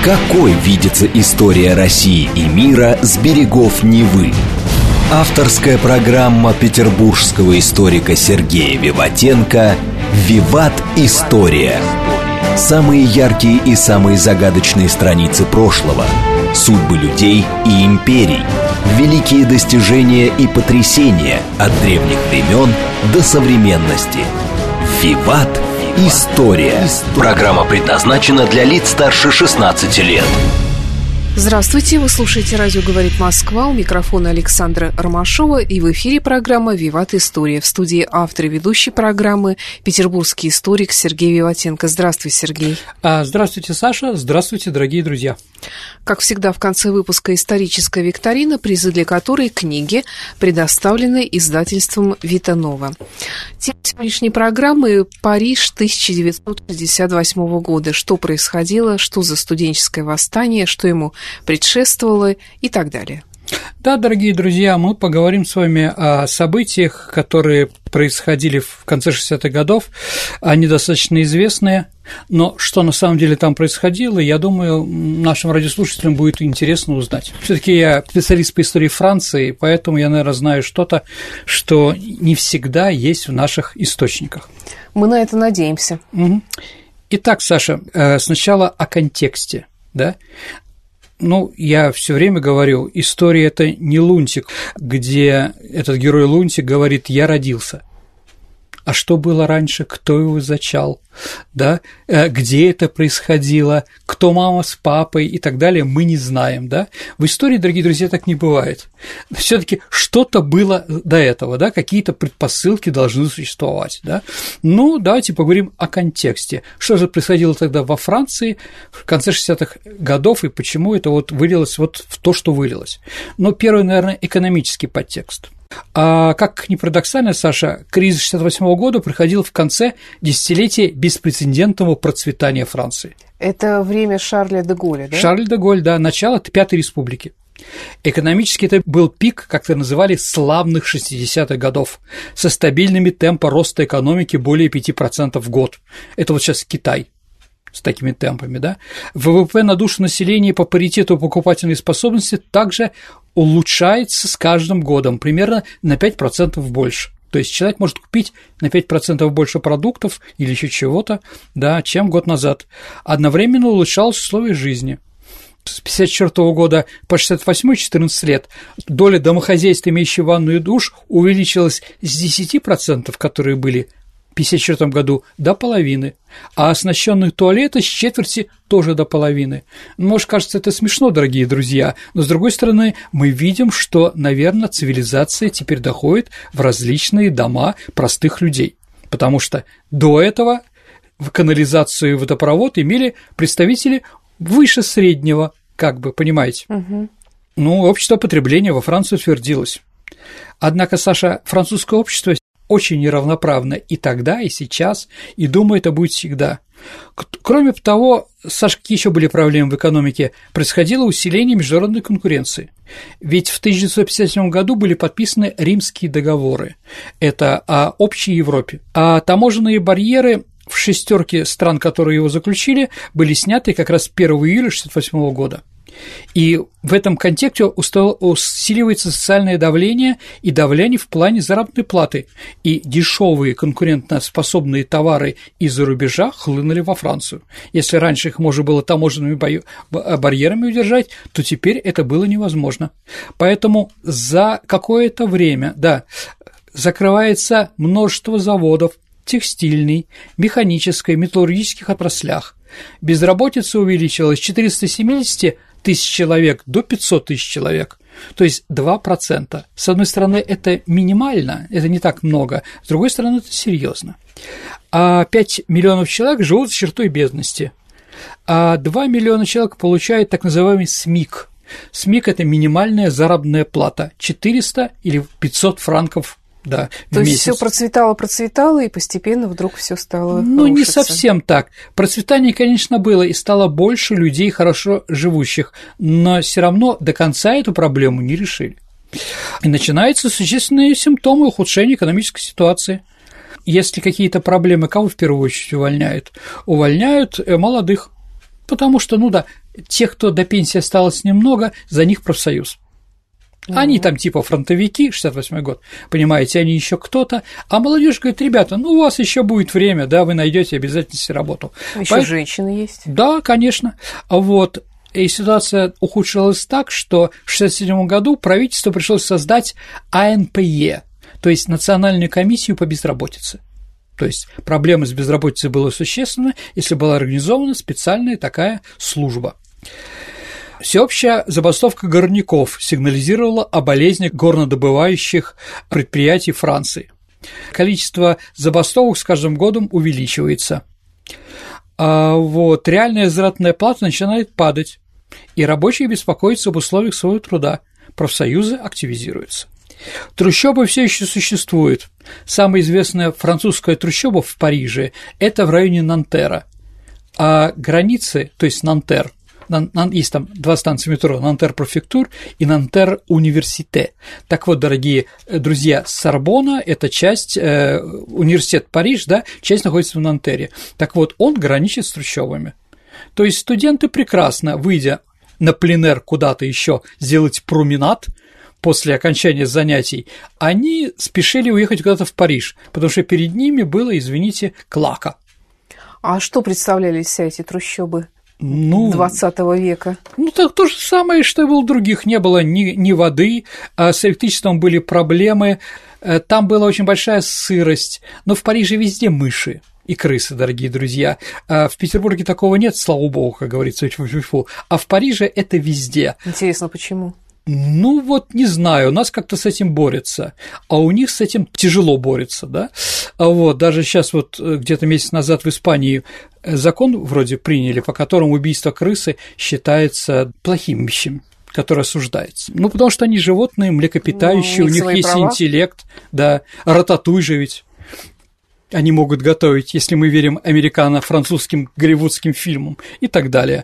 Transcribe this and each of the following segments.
Какой видится история России и мира с берегов Невы? Авторская программа петербургского историка Сергея Виватенко «Виват. История». Самые яркие и самые загадочные страницы прошлого, судьбы людей и империй, великие достижения и потрясения от древних времен до современности. «Виват. История». Программа предназначена для лиц старше 16 лет. Здравствуйте, вы слушаете «Радио говорит Москва», у микрофона Александра Ромашова, и в эфире программа «Виват. История». В студии автор и ведущий программы петербургский историк Сергей Виватенко. Здравствуй, Сергей. Здравствуйте, Саша. Здравствуйте, дорогие друзья. Как всегда, в конце выпуска историческая викторина, призы для которой книги, предоставлены издательством Витанова. Тема сегодняшней программы – Париж 1968 года. Что происходило, что за студенческое восстание, что ему предшествовало и так далее. Да, дорогие друзья, мы поговорим с вами о событиях, которые происходили в конце 60-х годов. Они достаточно известные, но что на самом деле там происходило, я думаю, нашим радиослушателям будет интересно узнать. Все-таки я специалист по истории Франции, поэтому я, наверное, знаю что-то, что не всегда есть в наших источниках. Мы на это надеемся. Итак, Саша, сначала о контексте, да? Я все время говорю, история – это не Лунтик, где этот герой Лунтик говорит «я родился». А что было раньше, кто его зачал, да? Где это происходило, кто мама с папой и так далее, мы не знаем, да? В истории, дорогие друзья, так не бывает. Все-таки что-то было до этого, да? Какие-то предпосылки должны существовать, да? Давайте поговорим о контексте. Что же происходило тогда во Франции в конце 60-х годов и почему это вылилось в то, что вылилось? Первый, наверное, экономический подтекст. Как ни парадоксально, Саша, кризис 1968 года приходил в конце десятилетия беспрецедентного процветания Франции. Это время Шарля де Голля, да? Шарль де Голль, да, начало Пятой Республики. Экономически это был пик, как это называли, славных 60-х годов, со стабильными темпами роста экономики более 5% в год. Это сейчас Китай с такими темпами, да. ВВП на душу населения по паритету покупательной способности также улучшается с каждым годом, примерно на 5% больше. То есть человек может купить на 5% больше продуктов или еще чего-то, да, чем год назад. Одновременно улучшалось условия жизни. С 1954 года по 1968 14 лет доля домохозяйств, имеющих ванную и душ, увеличилась с 10%, которые были в 1954 году, до половины, а оснащенных туалетов с четверти тоже до половины. Может, кажется, это смешно, дорогие друзья, но, с другой стороны, мы видим, что, наверное, цивилизация теперь доходит в различные дома простых людей, потому что до этого в канализацию и водопровод имели представители выше среднего, понимаете. Общество потребления во Франции утвердилось. Однако, Саша, французское общество очень неравноправно и тогда, и сейчас, и, думаю, это будет всегда. Кроме того, Саша, какие еще были проблемы в экономике? Происходило усиление международной конкуренции. Ведь в 1957 году были подписаны Римские договоры. Это о общей Европе. А таможенные барьеры в шестерке стран, которые его заключили, были сняты как раз 1 июля 1968 года. И в этом контексте усиливается социальное давление и давление в плане заработной платы, и дешевые конкурентоспособные товары из-за рубежа хлынули во Францию. Если раньше их можно было таможенными барьерами удержать, то теперь это было невозможно. Поэтому за какое-то время, закрывается множество заводов, текстильной, механической, металлургических отраслях. Безработица увеличилась с 470 тысяч человек до 500 тысяч человек, то есть 2%. С одной стороны, это минимально, это не так много, с другой стороны, это серьезно. 5 миллионов человек живут за чертой бедности, а 2 миллиона человек получают так называемый СМИК. СМИК – это минимальная заработная плата, 400 или 500 франков. Да, то есть все процветало, и постепенно вдруг все стало рушиться. Не совсем так. Процветание, конечно, было, и стало больше людей, хорошо живущих, но все равно до конца эту проблему не решили. И начинаются существенные симптомы ухудшения экономической ситуации. Если какие-то проблемы, кого в первую очередь увольняют? Увольняют молодых. Потому что, тех, кто до пенсии осталось немного, за них профсоюз. Они там типа фронтовики, 68-й год, понимаете, они еще кто-то, а молодежь говорит: ребята, у вас еще будет время, да, вы найдете обязательно себе работу. Еще женщины есть. Да, конечно. И ситуация ухудшилась так, что в 1967 году правительству пришлось создать АНПЕ, то есть Национальную комиссию по безработице. То есть проблема с безработицей была существенна, если была организована специальная такая служба. Всеобщая забастовка горняков сигнализировала о болезни горнодобывающих предприятий Франции. Количество забастовок с каждым годом увеличивается. Реальная заработная плата начинает падать, и рабочие беспокоятся об условиях своего труда, профсоюзы активизируются. Трущобы все еще существуют. Самая известная французская трущоба в Париже – это в районе Нантера, а границы, то есть Нантер, есть там 2 станции метро, Нантер-префектур и Нантер-университе. Так вот, дорогие друзья, Сорбонна – это часть, университет Париж, да, часть находится в Нантере. Так вот, он граничит с трущобами. То есть студенты прекрасно, выйдя на пленэр куда-то еще сделать променад после окончания занятий, они спешили уехать куда-то в Париж, потому что перед ними было, извините, клака. А что представляли из себя эти трущобы 20 века? Так то же самое, что и было у других. Не было ни воды, с электричеством были проблемы, там была очень большая сырость, но в Париже везде мыши и крысы, дорогие друзья. В Петербурге такого нет, слава богу, как говорится, а в Париже это везде. Интересно, почему? Не знаю, у нас как-то с этим борются, а у них с этим тяжело борются, да. Даже сейчас где-то месяц назад в Испании закон вроде приняли, по которому убийство крысы считается плохим вещем, которое осуждается. Потому что они животные, млекопитающие, у них есть права. Интеллект, да, рататуй же ведь. Они могут готовить, если мы верим американо-французским голливудским фильмам и так далее.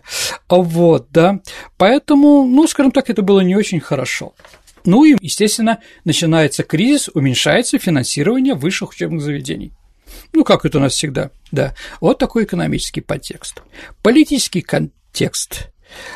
Да. Поэтому, скажем так, это было не очень хорошо. И, естественно, начинается кризис, уменьшается финансирование высших учебных заведений. Как это у нас всегда, да. Вот такой экономический подтекст. Политический контекст.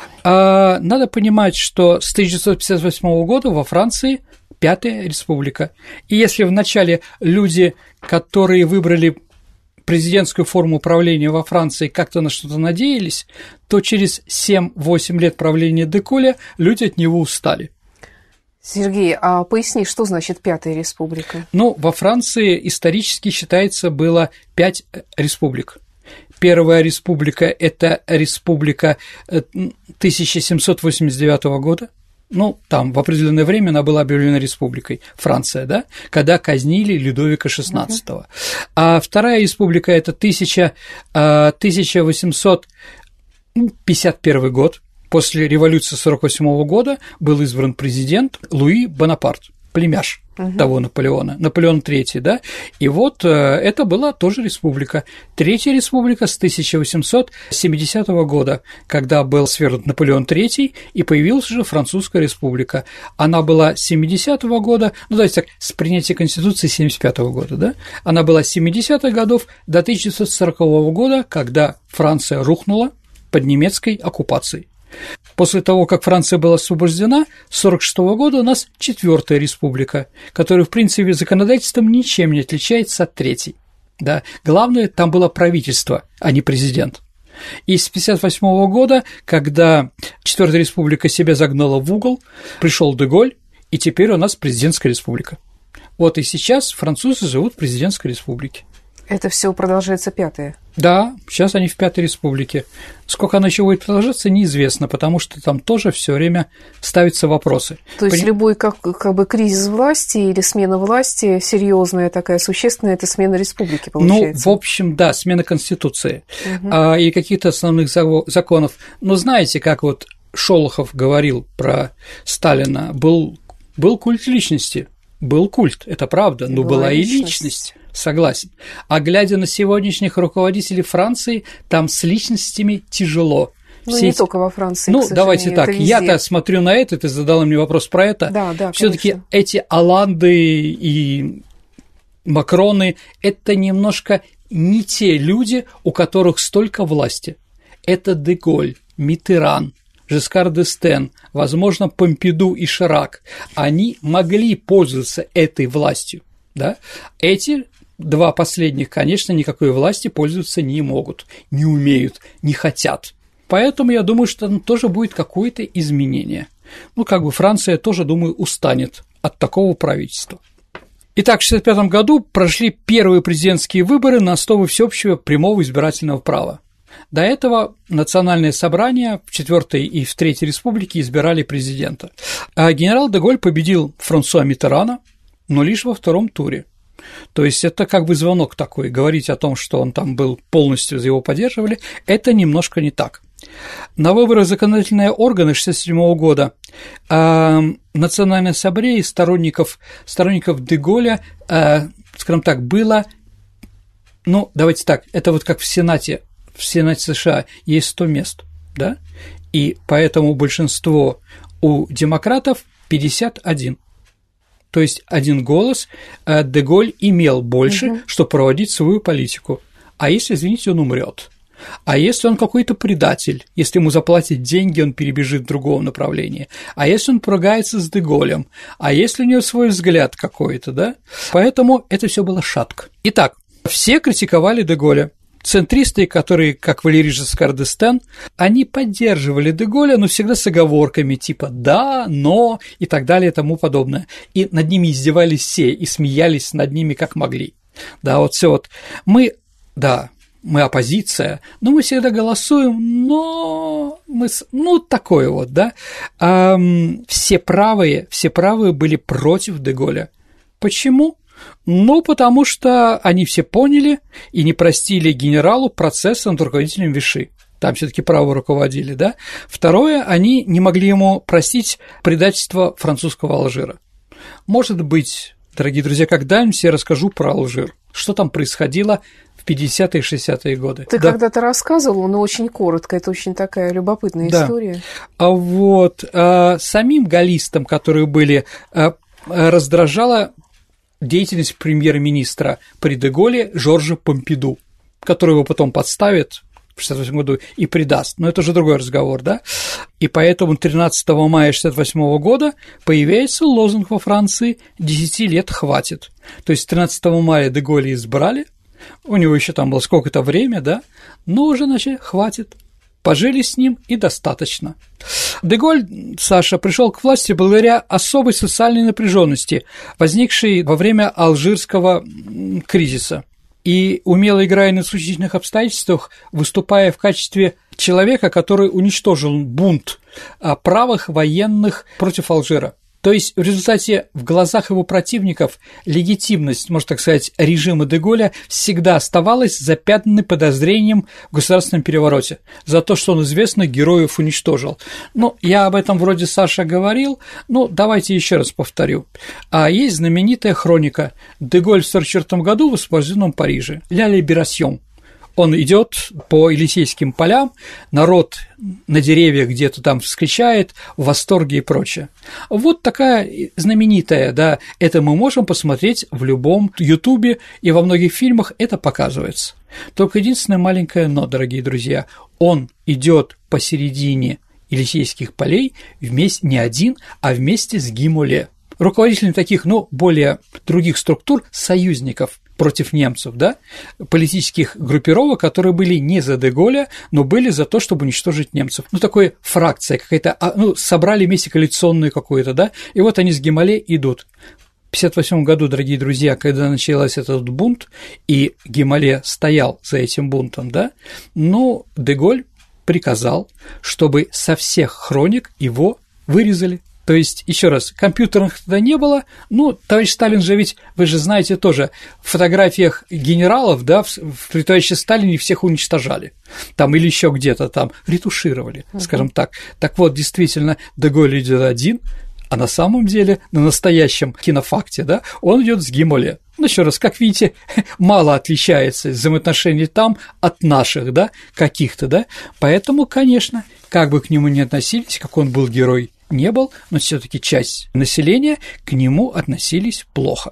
Надо понимать, что с 1958 года во Франции 5-я республика. И если вначале люди, которые выбрали президентскую форму правления во Франции, как-то на что-то надеялись, то через 7-8 лет правления де Голля люди от него устали. Сергей, а поясни, что значит 5-я республика? Во Франции исторически считается было 5 республик. Первая республика – это республика 1789 года. Там в определенное время она была объявлена республикой, Франция, да, когда казнили Людовика XVI. А вторая республика – это 1851 год. После революции 1948 года был избран президент Луи Бонапарт, племяш того Наполеона, Наполеон III, да, и это была тоже республика. Третья республика с 1870 года, когда был свергнут Наполеон III, и появилась уже Французская республика. Она была с 70-го года, давайте так, с принятия Конституции 75-го года, да, она была с 70-х годов до 1940 года, когда Франция рухнула под немецкой оккупацией. После того, как Франция была освобождена, с 1946 года у нас 4-я республика, которая, в принципе, законодательством ничем не отличается от 3-й. Да. Главное, там было правительство, а не президент. И с 1958 года, когда 4-я республика себя загнала в угол, пришел де Голль, и теперь у нас президентская республика. И сейчас французы живут в президентской республике. Это все продолжается 5-я? Да, сейчас они в 5-й республике. Сколько она еще будет продолжаться, неизвестно, потому что там тоже все время ставятся вопросы. То есть любой как бы кризис власти или смена власти серьезная такая, существенная, это смена республики, получается? В общем, да, смена Конституции и каких-то основных законов. Но знаете, как Шолохов говорил про Сталина, был культ личности. Был культ, это правда, но была и личность, согласен. А глядя на сегодняшних руководителей Франции, там с личностями тяжело. Не только во Франции, к сожалению, давайте так, я-то смотрю на это, ты задала мне вопрос про это. Да, Все-таки эти Оланды и Макроны – это немножко не те люди, у которых столько власти. это де Голль, Миттеран, Жескар д'Эстен, возможно, Помпиду и Ширак, они могли пользоваться этой властью, да? Эти два последних, конечно, никакой власти пользоваться не могут, не умеют, не хотят. Поэтому я думаю, что там тоже будет какое-то изменение. Франция тоже, думаю, устанет от такого правительства. Итак, в 1965 году прошли первые президентские выборы на основе всеобщего прямого избирательного права. До этого национальное собрание в 4-й и в 3-й республике избирали президента. А генерал де Голль победил Франсуа Миттерана, но лишь во втором туре. То есть это как бы звонок такой, говорить о том, что он там был полностью, его поддерживали, это немножко не так. На выборах законодательные органы 1967 года национальное собрание сторонников де Голля, скажем так, было, давайте так, это вот как в Сенате США есть 100 мест, да, и поэтому большинство у демократов 51. То есть один голос де Голль имел больше, чтобы проводить свою политику. А если, извините, он умрет? А если он какой-то предатель, если ему заплатят деньги, он перебежит в другое направление, а если он поругается с де Голлем, а если у него свой взгляд какой-то, да? Поэтому это все было шатко. Итак, все критиковали де Голля. Центристы, которые, как Валерий Жескар д'Эстен, они поддерживали де Голля, но всегда с оговорками типа «да», «но» и так далее и тому подобное. И над ними издевались все и смеялись над ними как могли. Да, вот все вот. Мы оппозиция, но мы всегда голосуем, но мы, такое вот, да. Все правые были против де Голля. Почему? Потому что они все поняли и не простили генералу процесса над руководителем Виши. Там все-таки право руководили, да. Второе, они не могли ему простить предательство французского Алжира. Может быть, дорогие друзья, когда-нибудь я расскажу про Алжир, что там происходило в 50-е и 60-е годы. Ты когда-то рассказывал, но очень коротко, это очень такая любопытная история. А вот самим галлистам, которые были, раздражала деятельность премьер-министра при де Голле Жоржа Помпиду, который его потом подставит в 1968 году и предаст, но это уже другой разговор, да, и поэтому 13 мая 1968 года появляется лозунг во Франции «10 лет хватит», то есть 13 мая де Голля избрали, у него еще там было сколько-то время, да, но уже, значит, хватит. Пожили с ним и достаточно. Де Голль, Саша, пришел к власти благодаря особой социальной напряженности, возникшей во время алжирского кризиса. И умело играя на исключительных обстоятельствах, выступая в качестве человека, который уничтожил бунт правых военных против Алжира. То есть в результате в глазах его противников легитимность, можно так сказать, режима де Голля всегда оставалась запятнанной подозрением в государственном перевороте за то, что он известных героев уничтожил. Я об этом вроде Саша говорил, давайте еще раз повторю. Есть знаменитая хроника де Голль в 1944 году в освобожденном Париже «Ля Либерасьон». Он идет по Елисейским полям, народ на деревьях где-то там вскричает, в восторге и прочее. Вот такая знаменитая, да, это мы можем посмотреть в любом Ютубе, и во многих фильмах это показывается. Только единственное маленькое «но», дорогие друзья, он идет посередине Елисейских полей вместе не один, а вместе с Ги Моле, руководителем таких, более других структур, союзников против немцев, да, политических группировок, которые были не за де Голля, но были за то, чтобы уничтожить немцев. Такая фракция какая-то, собрали вместе коалиционную какую-то, да, и вот они с Ги Моле идут. В 1958 году, дорогие друзья, когда начался этот бунт, и Ги Моле стоял за этим бунтом, да, де Голль приказал, чтобы со всех хроник его вырезали. То есть, еще раз, компьютерных тогда не было, товарищ Сталин же ведь, вы же знаете тоже, в фотографиях генералов, да, при товарище Сталине всех уничтожали, там или еще где-то там ретушировали, скажем так. Так вот, действительно, де Голль идет один, а на самом деле, на настоящем кинофакте, да, он идет с Ги Моле. Еще раз, как видите, мало отличается взаимоотношения там от наших, да, каких-то, да, поэтому, конечно, как бы к нему ни относились, как он был герой, не был, но все-таки часть населения к нему относились плохо.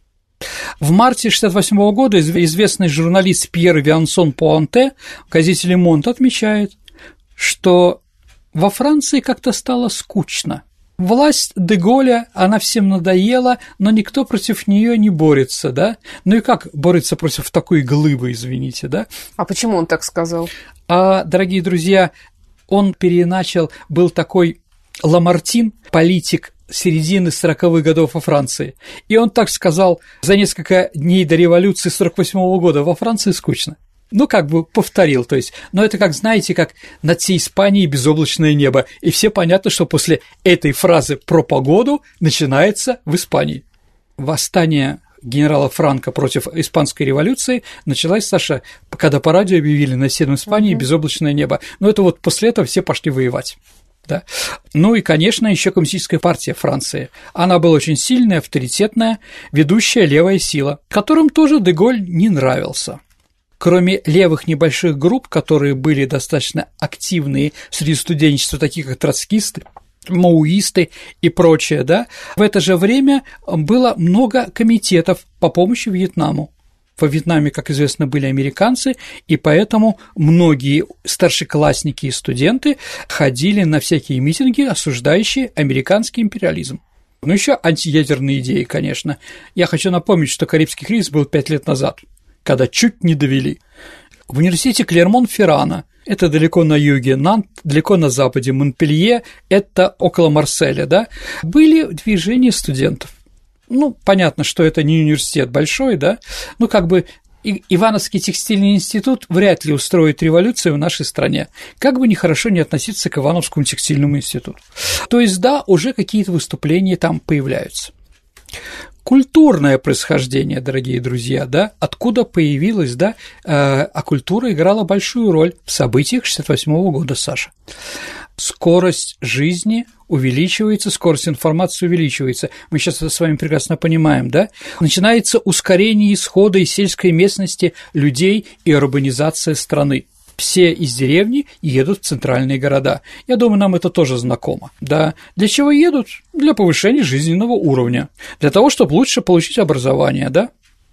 В марте 1968 года известный журналист Пьер Виансон Пуанте в газете «Ле Монт» отмечает, что во Франции как-то стало скучно. Власть де Голля, она всем надоела, но никто против нее не борется, да? Ну и как борется против такой глыбы, извините, да? А почему он так сказал? Дорогие друзья, он переначал, был такой Ламартин, политик середины 40-х годов во Франции, и он так сказал: за несколько дней до революции 48-го года во Франции скучно. Ну, как бы повторил, то есть, но это как, знаете, как над всей Испанией безоблачное небо, и все понятно, что после этой фразы про погоду начинается в Испании. Восстание генерала Франко против испанской революции началась, Саша, когда по радио объявили над всем Испанией безоблачное небо, но это вот после этого все пошли воевать. Да. Ну и, конечно, еще Коммунистическая партия Франции. Она была очень сильная, авторитетная, ведущая левая сила, которым тоже де Голль не нравился. Кроме левых небольших групп, которые были достаточно активные среди студенчества, таких как троцкисты, маоисты и прочее, да, в это же время было много комитетов по помощи Вьетнаму. Во Вьетнаме, как известно, были американцы, и поэтому многие старшеклассники и студенты ходили на всякие митинги, осуждающие американский империализм. Ну, еще антиядерные идеи, конечно. Я хочу напомнить, что Карибский кризис был 5 лет назад, когда чуть не довели. В университете Клермон-Феррана, это далеко на юге, Нант далеко на западе, Монпелье – это около Марселя, да, были движения студентов. Ну, понятно, что это не университет большой, да, ну, как бы Ивановский текстильный институт вряд ли устроит революцию в нашей стране, как бы нехорошо не относиться к Ивановскому текстильному институту. То есть, да, уже какие-то выступления там появляются. Культурное происхождение, дорогие друзья, да, откуда появилось, да, а культура играла большую роль в событиях 1968 года, Саша. Скорость жизни увеличивается, скорость информации увеличивается. Мы сейчас это с вами прекрасно понимаем, да? Начинается ускорение исхода из сельской местности людей и урбанизация страны. Все из деревни едут в центральные города. Я думаю, нам это тоже знакомо. Да. Для чего едут? Для повышения жизненного уровня. Для того, чтобы лучше получить образование, да?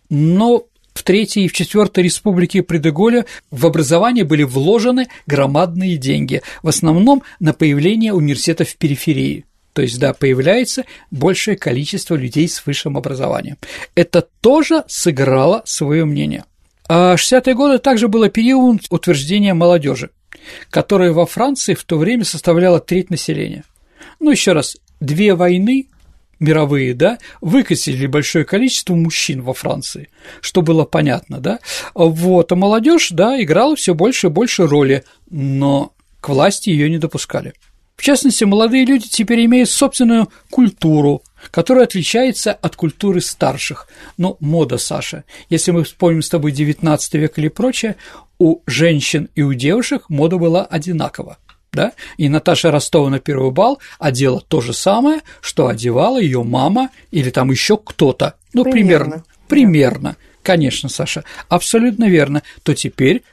Но в Третьей и в Четвёртой республике при де Голле в образование были вложены громадные деньги, в основном на появление университетов в периферии. То есть, да, появляется большее количество людей с высшим образованием. Это тоже сыграло свое мнение. А 60-е годы также был период утверждения молодежи, которая во Франции в то время составляла треть населения. Ну, еще раз, 2 войны мировые, да, выкосили большое количество мужчин во Франции, что было понятно, да, вот, а молодежь, да, играла все больше и больше роли, но к власти ее не допускали. В частности, молодые люди теперь имеют собственную культуру, которая отличается от культуры старших. Ну, мода, Саша. Если мы вспомним с тобой 19 век или прочее, у женщин и у девушек мода была одинакова. Да? И Наташа Ростова на первый бал одела то же самое, что одевала ее мама или там еще кто-то. Ну, примерно. Конечно, Саша, абсолютно верно. То теперь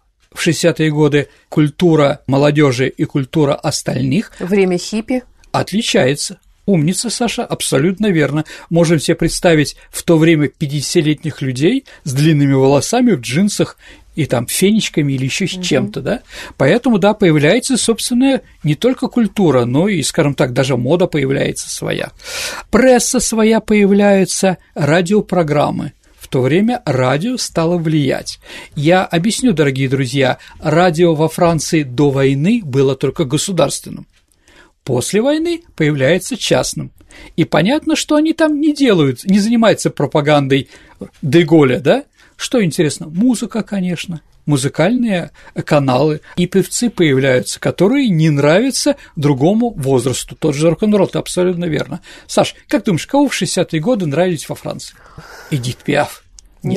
в 60-е годы культура молодежи и культура остальных время хиппи отличается. Умница, Саша, абсолютно верно. Можем себе представить в то время 50-летних людей с длинными волосами в джинсах и там фенечками или еще с чем-то, да? Поэтому, да, появляется собственная не только культура, но и, скажем так, даже мода появляется своя. Пресса своя появляется, радиопрограммы. В то время радио стало влиять. Я объясню, дорогие друзья, радио во Франции до войны было только государственным. После войны появляется частным. И понятно, что они там не делают, не занимаются пропагандой де Голля, да? Что интересно? Музыка, конечно, музыкальные каналы и певцы появляются, которые не нравятся другому возрасту. Тот же рок-н-ролл, это абсолютно верно. Саш, как думаешь, кого в 60-е годы нравились во Франции? Эдит Пиаф?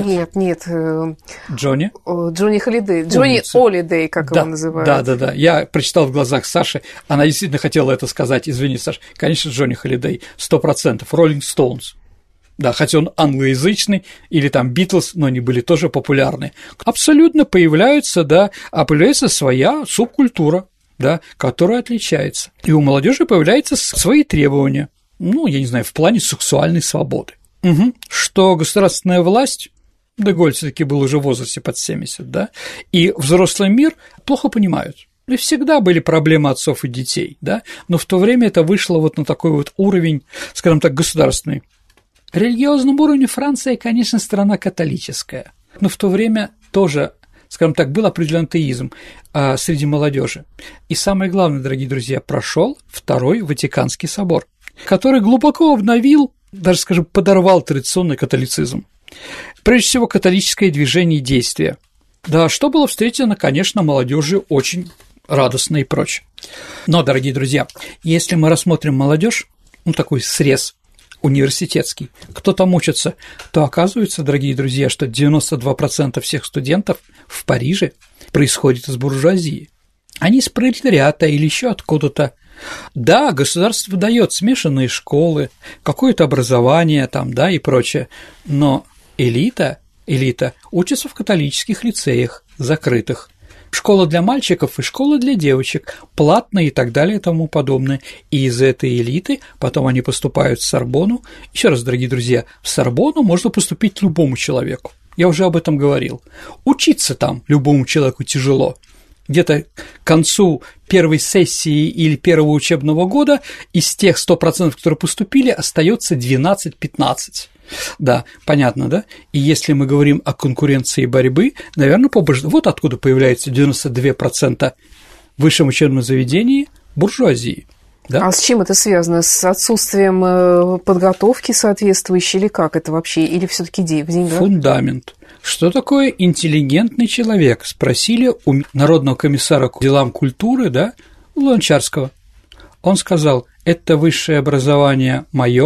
Нет. Джонни Холидей. Джонни Холидей, как его называют. Да. Я прочитал в глазах Саши, она действительно хотела это сказать. Извини, Саш. Конечно, Джонни Холидей, 100%. Роллинг Стоунс. Да, хотя он англоязычный, или там Битлз, но они были тоже популярны. Абсолютно появляется, да, а появляется своя субкультура, да, которая отличается. И у молодежи появляются свои требования, ну, я не знаю, в плане сексуальной свободы. Что государственная власть, де Голль всё-таки был уже в возрасте под 70, да, и взрослый мир плохо понимают. Ну, и всегда были проблемы отцов и детей, да, но в то время это вышло вот на такой вот уровень, скажем так, государственный. В религиозном уровне Франция, конечно, страна католическая, но в то время тоже, скажем так, был определенный атеизм среди молодежи. И самое главное, дорогие друзья, прошел Второй Ватиканский собор, который глубоко обновил, даже, скажем, подорвал традиционный католицизм. Прежде всего, католическое движение и действие. Да, что было встречено, конечно, молодежью очень радостно и прочее. Но, дорогие друзья, если мы рассмотрим молодежь, ну, такой срез университетский, кто там учится, то оказывается, дорогие друзья, что 92% всех студентов в Париже происходит из буржуазии. Они из пролетариата или еще откуда-то. Да, государство дает смешанные школы, какое-то образование там, да, и прочее, но элита учится в католических лицеях, закрытых. Школа для мальчиков и школа для девочек, платные и так далее и тому подобное. И из этой элиты потом они поступают в Сорбонну. Еще раз, дорогие друзья, в Сорбонну можно поступить любому человеку. Я уже об этом говорил. Учиться там любому человеку тяжело. Где-то к концу первой сессии или первого учебного года из тех 100%, которые поступили, остается 12-15. Да, понятно, да? И если мы говорим о конкуренции и борьбы, наверное, вот откуда появляется 92% в высшем учебном заведении буржуазии. Да? А с чем это связано? С отсутствием подготовки соответствующей или как это вообще? Или все-таки в деньгах? Фундамент. Что такое интеллигентный человек? Спросили у Народного комиссара к делам культуры, да, Луначарского. Он сказал: это высшее образование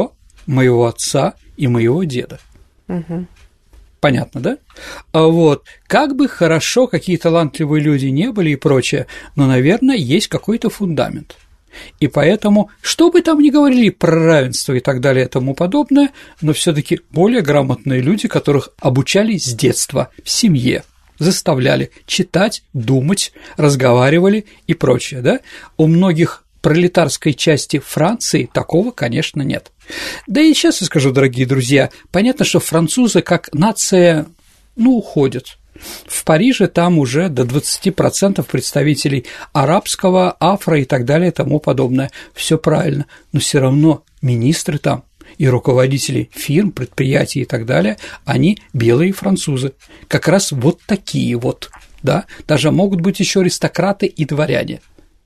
моего отца и моего деда. Угу. Понятно, да? Вот. Как бы хорошо какие талантливые люди не были и прочее, но, наверное, есть какой-то фундамент. И поэтому, что бы там ни говорили про равенство и так далее и тому подобное, но все-таки более грамотные люди, которых обучали с детства в семье, заставляли читать, думать, разговаривали и прочее, да? У многих пролетарской части Франции такого, конечно, нет. Да и сейчас я скажу, дорогие друзья, понятно, что французы как нация, уходят. В Париже там уже до 20% представителей арабского, афро и так далее и тому подобное. Все правильно, но все равно министры там и руководители фирм, предприятий и так далее, они белые французы. Как раз вот такие вот, да, даже могут быть еще аристократы и дворяне.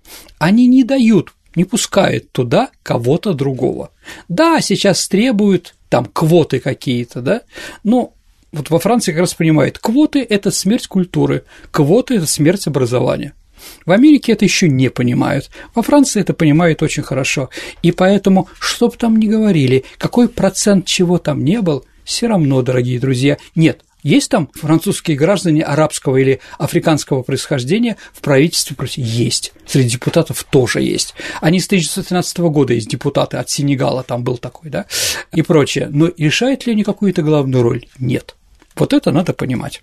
Они не дают, не пускают туда кого-то другого. Да, сейчас требуют там квоты какие-то, да, но вот во Франции как раз понимают, квоты – это смерть культуры, квоты – это смерть образования. В Америке это еще не понимают, во Франции это понимают очень хорошо, и поэтому, что бы там ни говорили, какой процент чего там не был, все равно, дорогие друзья, нет. Есть там французские граждане арабского или африканского происхождения в правительстве? Есть. Среди депутатов тоже есть. Они с 1913 года есть депутаты, от Сенегала там был такой, да, и прочее. Но решают ли они какую-то главную роль? Нет. Вот это надо понимать.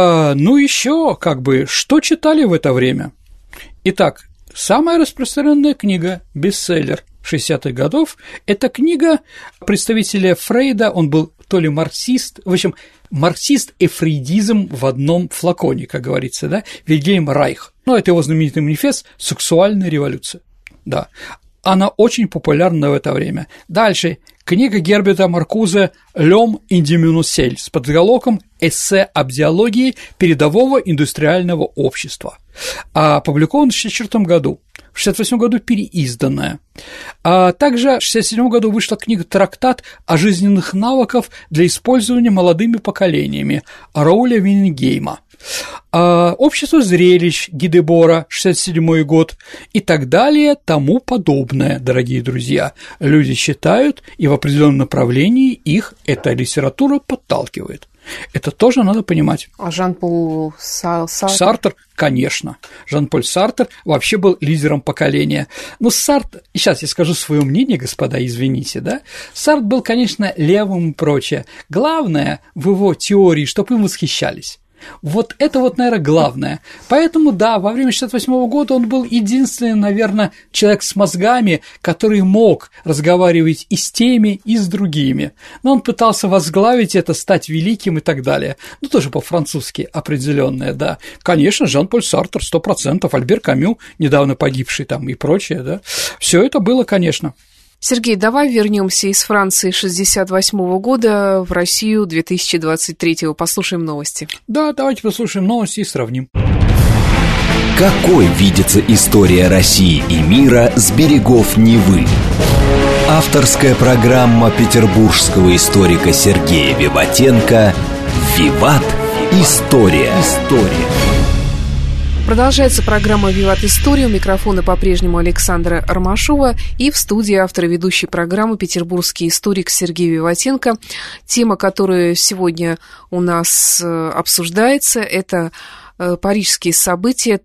Еще что читали в это время? Итак, самая распространенная книга, бестселлер 60-х годов, это книга представителя Фрейда, он был то ли марксист, в общем, марксист и фрейдизм в одном флаконе, как говорится, да, Вильгельм Райх. Это его знаменитый манифест «Сексуальная революция». Да, она очень популярна в это время. Дальше книга Герберта Маркузе «L'homme individuel» с подзаголовком «Эссе об идеологии передового индустриального общества», опубликован в 1964 году. В 1968 году переизданная. Также в 1967 году вышла книга «Трактат о жизненных навыках для использования молодыми поколениями» Рауля Вингейма. «Общество зрелищ» Гидебора, 1967 год и так далее, тому подобное, дорогие друзья. Люди читают, и в определенном направлении их эта литература подталкивает. Это тоже надо понимать. А Жан-Поль Сартр, конечно. Жан-Поль Сартр вообще был лидером поколения. Сартр, сейчас я скажу свое мнение, господа, извините, да? Сартр был, конечно, левым и прочее. Главное в его теории, чтобы им восхищались. Вот это вот, наверное, главное. Поэтому, да, во время 1968 года он был единственный, наверное, человек с мозгами, который мог разговаривать и с теми, и с другими. Но он пытался возглавить это, стать великим и так далее. Ну, тоже по-французски определенное, да. Конечно, Жан-Поль Сартр, 100%, Альбер Камю, недавно погибший там и прочее, да. Все это было, конечно. Сергей, давай вернемся из Франции 1968 года в Россию 2023. Послушаем новости. Да, давайте послушаем новости и сравним. Какой видится история России и мира с берегов Невы? Авторская программа петербургского историка Сергея Виватенко «Виват. История». Продолжается программа «Виват. История». У микрофона по-прежнему Александра Ромашова и в студии автор и ведущей программы петербургский историк Сергей Виватенко. Тема, которая сегодня у нас обсуждается, это парижские события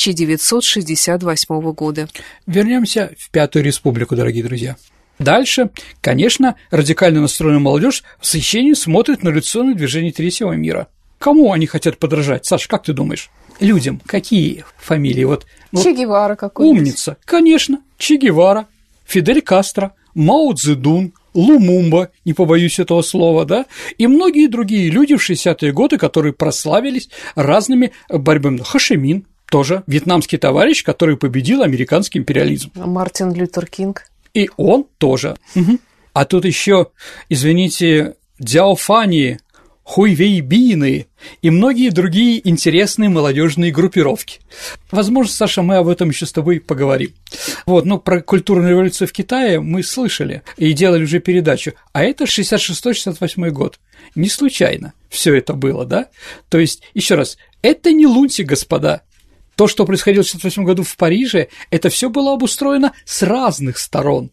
1968 года. Вернемся в Пятую Республику, дорогие друзья. Дальше, конечно, радикально настроенная молодежь в восхищении смотрит на революционное движение Третьего мира. Кому они хотят подражать? Саша, как ты думаешь? Людям какие фамилии? Че Гевара какой-нибудь. Умница, конечно, Че Гевара, Фидель Кастро, Мао Цзэдун, Лумумба, не побоюсь этого слова, да, и многие другие люди в 60-е годы, которые прославились разными борьбами. Хо Чи Мин тоже вьетнамский товарищ, который победил американский империализм. Мартин Лютер Кинг. И он тоже. Угу. А тут еще, извините, Дзяо Фани, Хуй Вейбины и многие другие интересные молодежные группировки. Возможно, Саша, мы об этом еще с тобой поговорим. Про культурную революцию в Китае мы слышали и делали уже передачу, а это 66-68 год. Не случайно все это было, да? То есть, еще раз, это не Лунтик, господа. То, что происходило в 1968 году в Париже, это все было обустроено с разных сторон.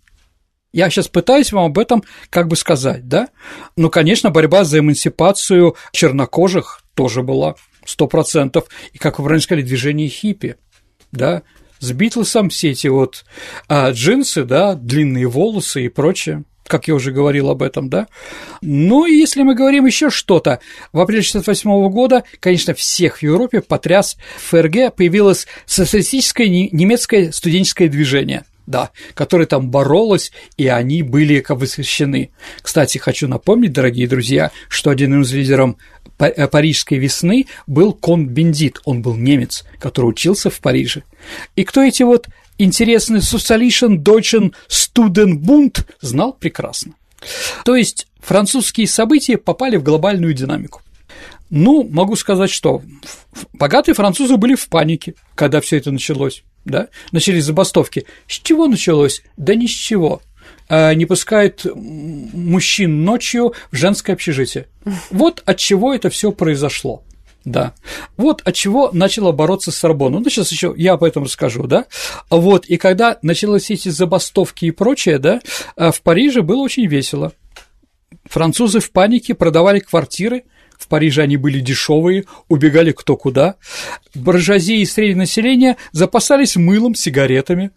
Я сейчас пытаюсь вам об этом сказать, да? Конечно, борьба за эмансипацию чернокожих тоже была 100%. И, как вы правильно сказали, движение хиппи, да? С Битлсом все эти джинсы, да, длинные волосы и прочее, как я уже говорил об этом, да? И если мы говорим еще что-то, в апреле 1968 года, конечно, всех в Европе потряс ФРГ, появилось социалистическое немецкое студенческое движение, да, которое там боролось, и они были восхищены. Кстати, хочу напомнить, дорогие друзья, что один из лидеров Парижской весны был Кон-Бендит, он был немец, который учился в Париже. И кто эти интересный Sozialischen Deutschen Studentenbund знал прекрасно. То есть французские события попали в глобальную динамику. Могу сказать, что богатые французы были в панике, когда все это началось, да? Начались забастовки. С чего началось? Да ни с чего. Не пускают мужчин ночью в женское общежитие. Вот от чего это все произошло. Да. Вот от чего начала бороться Сорбонна. Сейчас еще я об этом расскажу, да. И когда начались эти забастовки и прочее, да, в Париже было очень весело. Французы в панике продавали квартиры. В Париже они были дешевые, убегали кто куда. Буржуазия и среднее население запасались мылом, сигаретами.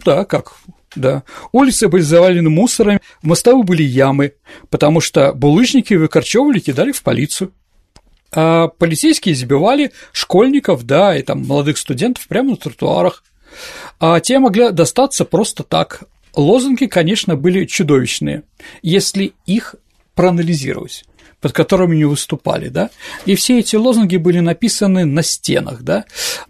Да. Улицы были завалены мусором, в мостовых были ямы, потому что булыжники выкорчевывали и кидали в полицию. А полицейские избивали школьников, да, и молодых студентов прямо на тротуарах. А те могли достаться просто так. Лозунги, конечно, были чудовищные, если их проанализировать, под которыми они выступали, да, и все эти лозунги были написаны на стенах, да,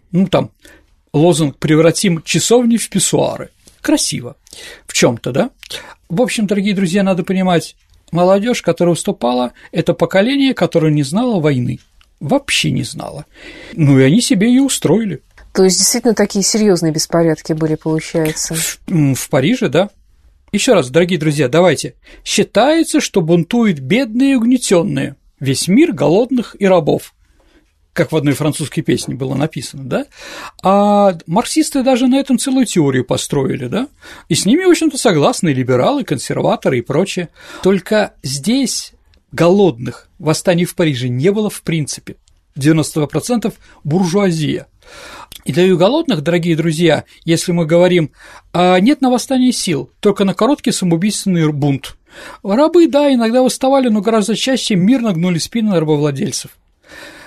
лозунг «Превратим часовни в писсуары». Красиво в чем-то, да. В общем, дорогие друзья, надо понимать, молодежь, которая выступала, это поколение, которое не знало войны, вообще не знало. И они себе ее устроили. То есть, действительно, такие серьезные беспорядки были, получается? В Париже, да. Еще раз, дорогие друзья, давайте. Считается, что бунтуют бедные и угнетенные, весь мир голодных и рабов, как в одной французской песне было написано, да? А марксисты даже на этом целую теорию построили, да? И с ними, в общем-то, согласны либералы, консерваторы и прочее. Только здесь голодных восстаний в Париже не было в принципе. 92% буржуазия. И для голодных, дорогие друзья, если мы говорим, нет на восстание сил, только на короткий самоубийственный бунт. Рабы, да, иногда восставали, но гораздо чаще мирно гнули спины рабовладельцев.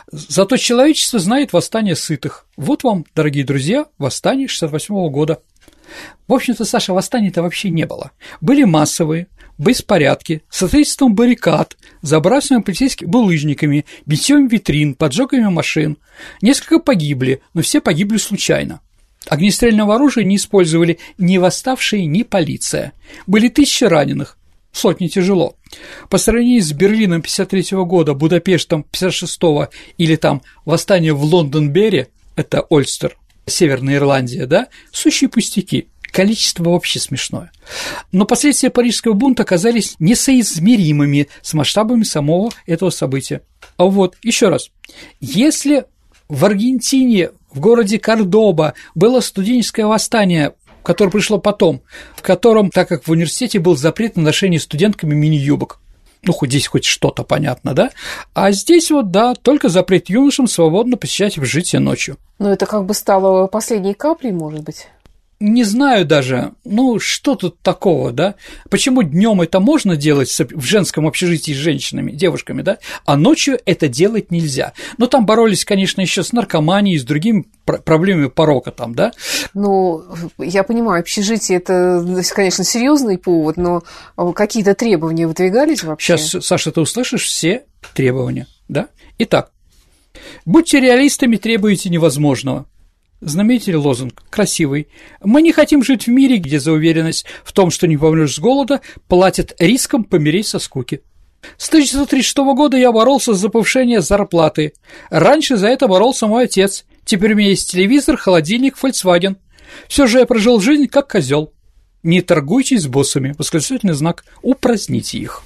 Зато человечество знает восстание сытых. Вот вам, дорогие друзья, восстание 68-го года. В общем-то, Саша, восстания-то вообще не было. Были массовые беспорядки с строительством баррикад, забрасыванием полицейскими булыжниками, битьем витрин, поджогами машин. Несколько погибли, но все погибли случайно. Огнестрельного оружия не использовали ни восставшие, ни полиция. Были тысячи раненых, сотни тяжело. По сравнению с Берлином 1953 года, Будапештом 1956 или там восстание в Лондонберри, это Ольстер, Северная Ирландия, да, сущие пустяки. Количество вообще смешное. Но последствия Парижского бунта оказались несоизмеримыми с масштабами самого этого события. А вот, еще раз, если в Аргентине, в городе Кордоба было студенческое восстание, которое пришло потом, в котором, так как в университете был запрет на ношение студентками мини-юбок, ну, хоть здесь хоть что-то понятно, да? А здесь вот, да, только запрет юношам свободно посещать общежитие ночью. Но это как бы стало последней каплей, может быть? Не знаю даже, ну, что тут такого, да? Почему днем это можно делать в женском общежитии с женщинами, девушками, да? А ночью это делать нельзя. Но там боролись, конечно, еще с наркоманией, с другими проблемами порока там, да? Ну, я понимаю, общежитие – это, конечно, серьезный повод, но какие-то требования выдвигались вообще? Сейчас, Саша, ты услышишь все требования, да? Итак, будьте реалистами, требуете невозможного. Знаменитый лозунг, красивый. Мы не хотим жить в мире, где за уверенность в том, что не помрёшь с голода, платят риском помереть со скуки. С 1936 года я боролся за повышение зарплаты. Раньше за это боролся мой отец. Теперь у меня есть телевизор, холодильник, Volkswagen. Все же я прожил жизнь как козел. Не торгуйтесь с боссами. Восклицательный знак. Упраздните их.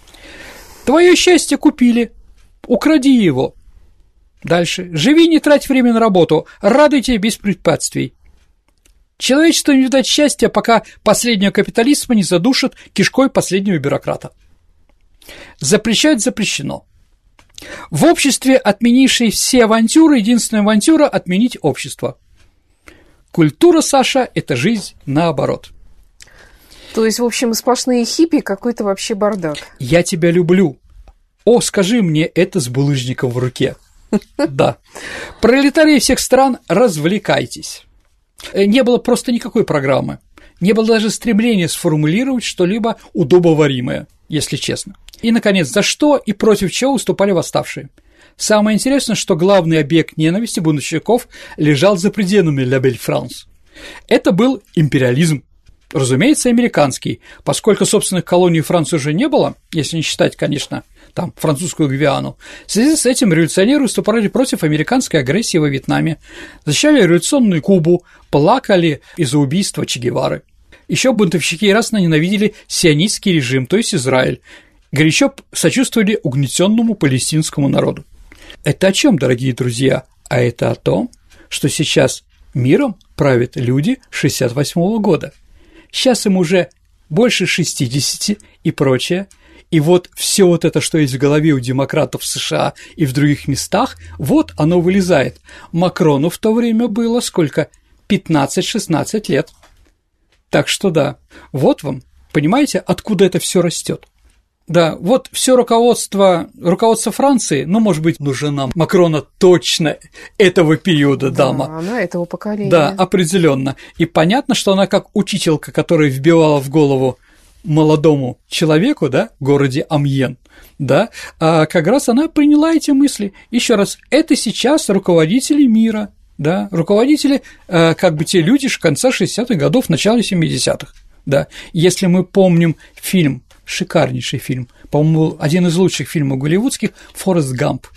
Твое счастье купили. Укради его. Дальше. Живи, не трать время на работу, радуйте без препятствий. Человечеству не видать счастья, пока последнего капитализма не задушит кишкой последнего бюрократа. Запрещать запрещено. В обществе, отменившей все авантюры, единственная авантюра – отменить общество. Культура, Саша, – это жизнь наоборот. То есть, в общем, сплошные хиппи, какой-то вообще бардак. Я тебя люблю. О, скажи мне это с булыжником в руке. Да. Пролетарии всех стран, развлекайтесь. Не было просто никакой программы. Не было даже стремления сформулировать что-либо удобоваримое, если честно. И, наконец, за что и против чего выступали восставшие. Самое интересное, что главный объект ненависти бунтовщиков лежал за пределами Ла Бель Франс. Это был империализм. Разумеется, американский, поскольку собственных колоний Франции уже не было, если не считать, конечно, там, французскую Гвиану. В связи с этим революционеры выступали против американской агрессии во Вьетнаме, защищали революционную Кубу, плакали из-за убийства Че Гевары. Еще бунтовщики яростно ненавидели сионистский режим, то есть Израиль, горячо сочувствовали угнетенному палестинскому народу. Это о чем, дорогие друзья? А это о том, что сейчас миром правят люди 1968 года. Сейчас им уже больше 60 и прочее. И вот все вот это, что есть в голове у демократов в США и в других местах, вот оно вылезает. Макрону в то время было сколько? 15-16 лет. Так что да, вот вам, понимаете, откуда это все растет. Да, вот все руководство Франции, ну, может быть, жена Макрона точно этого периода дама. Да, она этого поколения. Да, определенно. И понятно, что она как учителька, которая вбивала в голову молодому человеку, да, в городе Амьен, да, а как раз она приняла эти мысли. Еще раз, это сейчас руководители мира, да, руководители, как бы те люди конца 60-х годов, начала 70-х, да. Если мы помним фильм, шикарнейший фильм, по-моему, один из лучших фильмов голливудских, «Форест Гамп».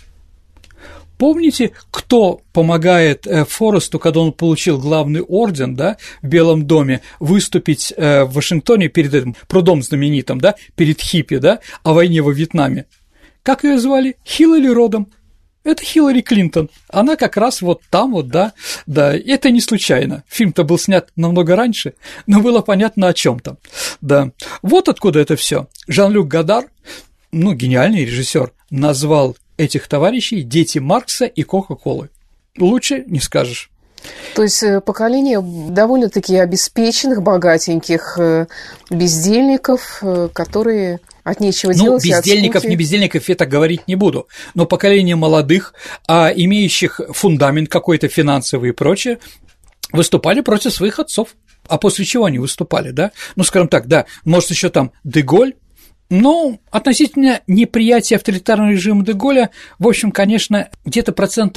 Помните, кто помогает Форесту, когда он получил главный орден, да, в Белом доме, выступить в Вашингтоне перед этим прудом знаменитым, да, перед хиппи, да, о войне во Вьетнаме? Как ее звали? Хиллари Родом. Это Хиллари Клинтон. Она как раз вот там вот, да, это не случайно. Фильм-то был снят намного раньше, но было понятно, о чем там, да. Вот откуда это все. Жан-Люк Годар, ну, гениальный режиссер, назвал этих товарищей дети Маркса и Кока-Колы. Лучше не скажешь. То есть поколение довольно-таки обеспеченных, богатеньких бездельников, которые От нечего делать. Бездельников, не бездельников, я так говорить не буду, но поколение молодых, имеющих фундамент какой-то финансовый и прочее, выступали против своих отцов. А после чего они выступали, да? Скажем так, да, может, еще там Де-Голь. Относительно неприятия авторитарного режима Де-Голля, в общем, конечно, где-то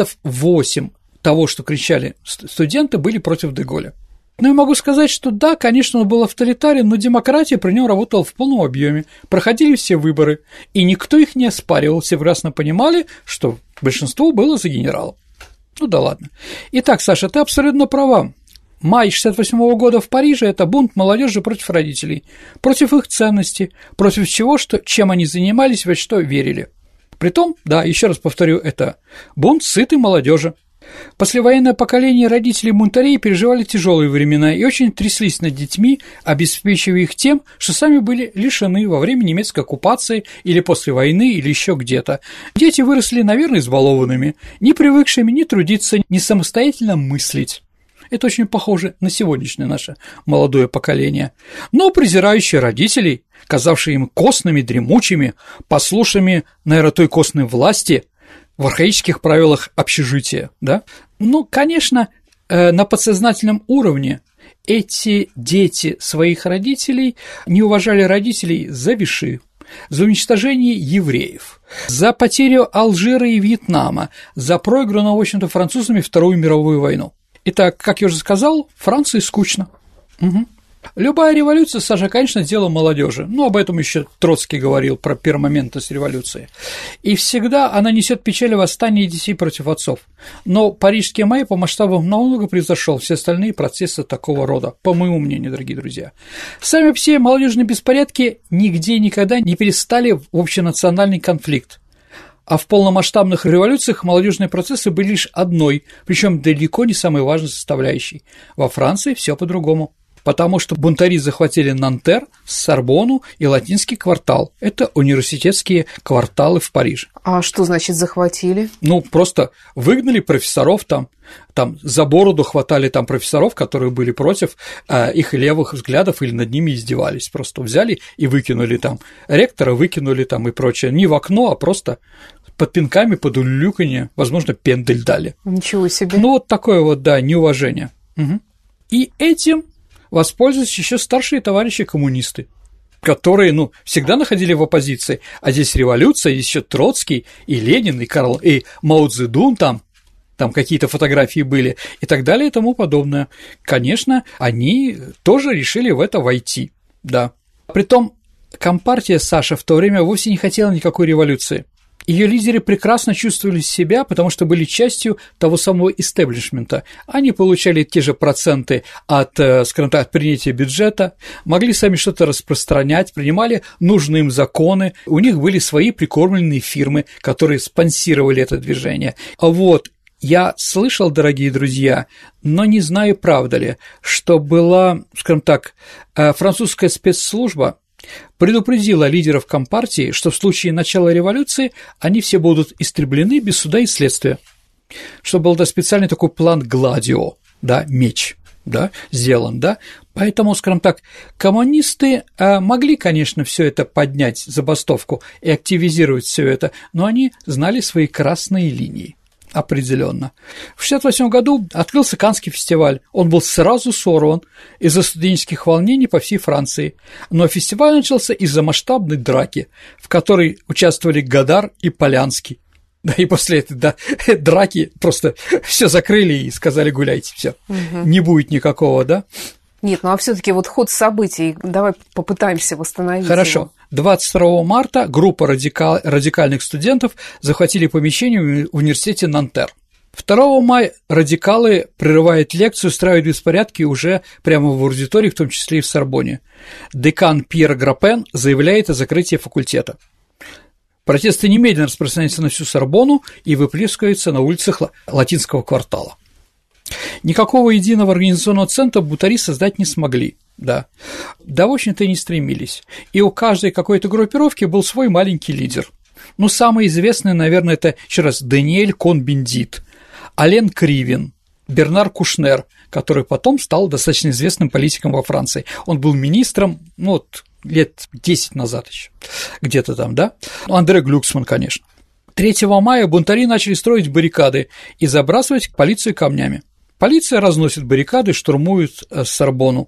8% того, что кричали студенты, были против Де-Голля. Я могу сказать, что да, конечно, он был авторитарен, но демократия при нем работала в полном объеме, проходили все выборы, и никто их не оспаривал, все прекрасно понимали, что большинство было за генерала. Да ладно. Итак, Саша, ты абсолютно права. Май 1968 года в Париже – это бунт молодежи против родителей, против их ценностей, против чего, чем они занимались, во что верили. Притом, да, еще раз повторю, это бунт сытой молодежи. Послевоенное поколение родителей бунтарей переживали тяжелые времена и очень тряслись над детьми, обеспечивая их тем, что сами были лишены во время немецкой оккупации или после войны или еще где-то. Дети выросли, наверное, избалованными, не привыкшими ни трудиться, ни самостоятельно мыслить. Это очень похоже на сегодняшнее наше молодое поколение. Но презирающие родителей, казавшие им костными, дремучими, послушными, наверное, той костной власти в архаических правилах общежития, да? Конечно, на подсознательном уровне эти дети своих родителей не уважали родителей за Виши, за уничтожение евреев, за потерю Алжира и Вьетнама, за проигранную, в общем-то, французами Вторую мировую войну. Итак, как я уже сказал, Франции скучно. Угу. Любая революция, Саша, конечно, дело молодежи. Об этом еще Троцкий говорил про пермоментность революции. И всегда она несет печаль восстания детей против отцов. Но Парижский май по масштабам намного превзошел все остальные процессы такого рода, по моему мнению, дорогие друзья. Сами все молодежные беспорядки нигде никогда не перестали в общенациональный конфликт. А в полномасштабных революциях молодежные процессы были лишь одной, причем далеко не самой важной составляющей. Во Франции все по-другому. Потому что бунтари захватили Нантер, Сорбонну и Латинский квартал. Это университетские кварталы в Париже. А что значит захватили? Просто выгнали профессоров там за бороду хватали там профессоров, которые были против их левых взглядов или над ними издевались. Просто взяли и выкинули там. Ректора выкинули там и прочее. Не в окно, а просто под пинками, под улюлюканье, возможно, пендель дали. Ничего себе. Такое неуважение. Угу. И этим воспользовались еще старшие товарищи коммунисты, которые, всегда находили в оппозиции, а здесь революция, здесь еще Троцкий и Ленин, и Мао Цзэдун там какие-то фотографии были и так далее и тому подобное. Конечно, они тоже решили в это войти, да. Притом Компартия, Саша, в то время вовсе не хотела никакой революции. Ее лидеры прекрасно чувствовали себя, потому что были частью того самого истеблишмента. Они получали те же проценты от, скажем так, от принятия бюджета, могли сами что-то распространять, принимали нужные им законы, у них были свои прикормленные фирмы, которые спонсировали это движение. Я слышал, дорогие друзья, но не знаю, правда ли, что была, скажем так, французская спецслужба предупредила лидеров Компартии, что в случае начала революции они все будут истреблены без суда и следствия, что был специальный такой план Гладио, меч, сделан, поэтому, скажем так, коммунисты могли, конечно, все это поднять, забастовку, и активизировать все это, но они знали свои красные линии. Определенно. В 1968 году открылся Каннский фестиваль. Он был сразу сорван из-за студенческих волнений по всей Франции. Но фестиваль начался из-за масштабной драки, в которой участвовали Годар и Полянский. И после этой драки просто все закрыли и сказали: гуляйте, все, не будет никакого, Нет, а все-таки ход событий, давай попытаемся восстановить. Хорошо. Его. 22 марта группа радикальных студентов захватили помещение в университете Нантер. 2 мая радикалы прерывают лекцию, устраивают беспорядки уже прямо в аудитории, в том числе и в Сорбонне. Декан Пьер Грапен заявляет о закрытии факультета. Протесты немедленно распространяются на всю Сорбонну и выплескиваются на улицах Латинского квартала. Никакого единого организационного центра бунтари создать не смогли, в общем-то, и не стремились. И у каждой какой-то группировки был свой маленький лидер. Самый известный, наверное, это, еще раз, Даниэль Кон-Бендит, Ален Кривин, Бернар Кушнер, который потом стал достаточно известным политиком во Франции. Он был министром, лет 10 назад еще, где-то там, да? Андре Глюксман, конечно. 3 мая бунтари начали строить баррикады и забрасывать полицию камнями. Полиция разносит баррикады, штурмует Сорбонну.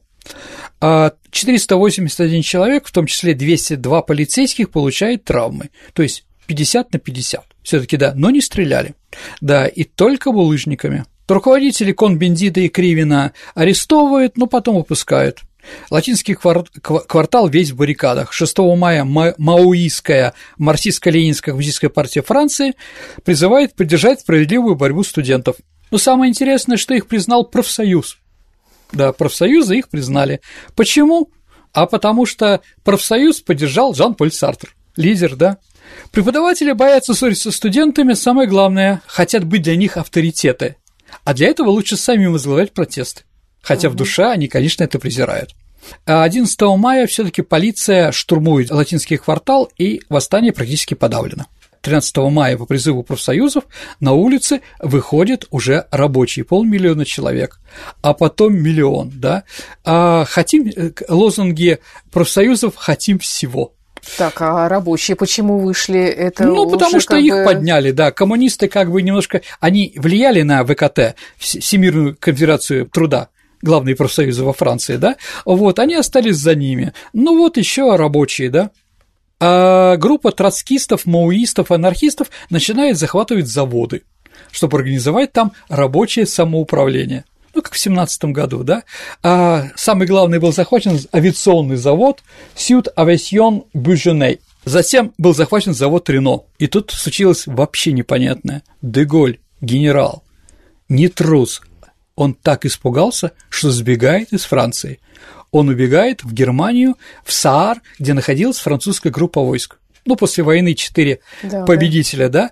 481 человек, в том числе 202 полицейских, получают травмы, то есть 50/50. Всё-таки да, но не стреляли. Да, и только булыжниками. Руководители Кон-Бендита и Кривина арестовывают, но потом выпускают. Латинский квартал весь в баррикадах. 6 мая маоистская марксистско-ленинская коммунистическая партия Франции призывает поддержать справедливую борьбу студентов. Но самое интересное, что их признал профсоюз. Да, профсоюзы их признали. Почему? А потому что профсоюз поддержал Жан-Поль Сартр, лидер, да. Преподаватели боятся ссориться с студентами, самое главное, хотят быть для них авторитеты. А для этого лучше самим возглавлять протесты. Хотя в душе они, конечно, это презирают. 11 мая все-таки полиция штурмует латинский квартал, и восстание практически подавлено. 13 мая по призыву профсоюзов на улицы выходят уже рабочие, 500 000 человек, а потом 1 000 000, да. Лозунги профсоюзов «хотим всего». Так, а рабочие почему вышли? Это потому что их подняли, да, коммунисты как бы немножко, они влияли на ВКТ, Всемирную конфедерацию труда, главные профсоюзы во Франции, да, вот, они остались за ними, еще рабочие, да, а группа троцкистов, маоистов, анархистов начинает захватывать заводы, чтобы организовать там рабочее самоуправление. Как в 17 году, да, а самый главный был захвачен авиационный завод Sud Aviation Bugenay. Затем был захвачен завод Рено, и тут случилось вообще непонятное. Де Голь, генерал, не трус, он так испугался, что сбегает из Франции. Он убегает в Германию, в Саар, где находилась французская группа войск. После войны 4 победителя, да,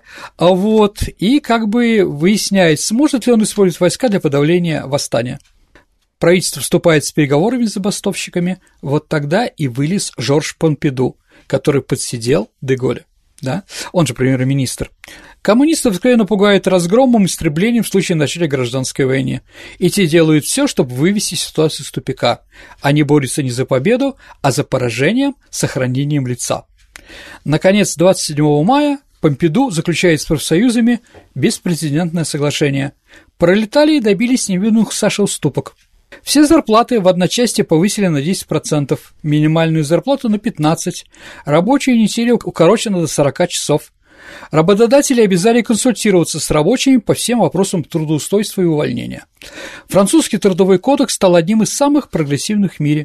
и как бы выясняет, сможет ли он использовать войска для подавления восстания. Правительство вступает с переговорами с забастовщиками, тогда и вылез Жорж Помпиду, который подсидел де Голля, да, он же премьер-министр. Коммунистов откровенно пугают разгромом и истреблением в случае начала гражданской войны, и те делают все, чтобы вывести ситуацию из тупика. Они борются не за победу, а за поражением с сохранением лица. Наконец, 27 мая Помпиду заключает с профсоюзами беспрецедентное соглашение. Пролетарии добились невиданных Саша уступок. Все зарплаты в одночасье повысили на 10%, минимальную зарплату на 15%, рабочая неделя укорочена до 40 часов. Работодатели обязали консультироваться с рабочими по всем вопросам трудоустройства и увольнения. Французский трудовой кодекс стал одним из самых прогрессивных в мире.